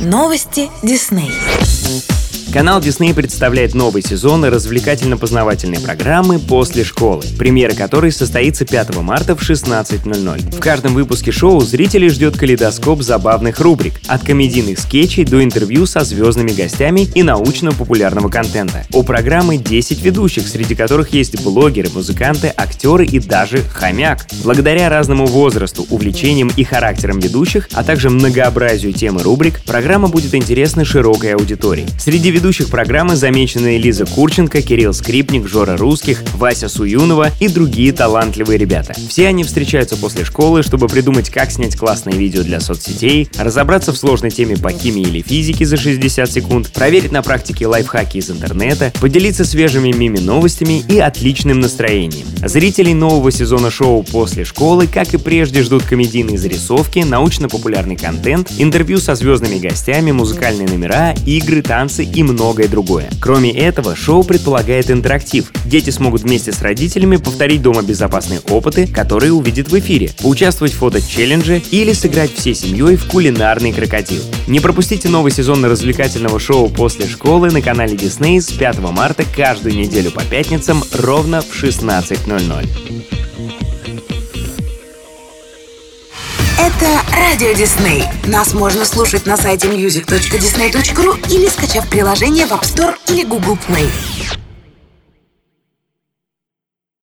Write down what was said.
Новости Дисней. Канал Disney представляет новый сезон развлекательно-познавательной программы «После школы», премьера которой состоится 5 марта в 16:00. В каждом выпуске шоу зрителей ждет калейдоскоп забавных рубрик, от комедийных скетчей до интервью со звездными гостями и научно-популярного контента. У программы 10 ведущих, среди которых есть блогеры, музыканты, актеры и даже хомяк. Благодаря разному возрасту, увлечениям и характерам ведущих, а также многообразию тем и рубрик, программа будет интересна широкой аудитории. Среди ведущих программы замечены Лиза Курченко, Кирилл Скрипник, Жора Русских, Вася Суюнова и другие талантливые ребята. Все они встречаются после школы, чтобы придумать, как снять классные видео для соцсетей, разобраться в сложной теме по химии или физике за 60 секунд, проверить на практике лайфхаки из интернета, поделиться свежими мими-новостями и отличным настроением. Зрителей нового сезона шоу «После школы», как и прежде, ждут комедийные зарисовки, научно-популярный контент, интервью со звездными гостями, музыкальные номера, игры, танцы и многое другое. Кроме этого, шоу предполагает интерактив. Дети смогут вместе с родителями повторить дома безопасные опыты, которые увидят в эфире, поучаствовать в фото-челлендже или сыграть всей семьей в кулинарный крокодил. Не пропустите новый сезон развлекательного шоу «После школы» на канале Disney с 5 марта каждую неделю по пятницам ровно в 16:00. Это Радио Дисней. Нас можно слушать на сайте music.disney.ru или скачав приложение в App Store или Google Play.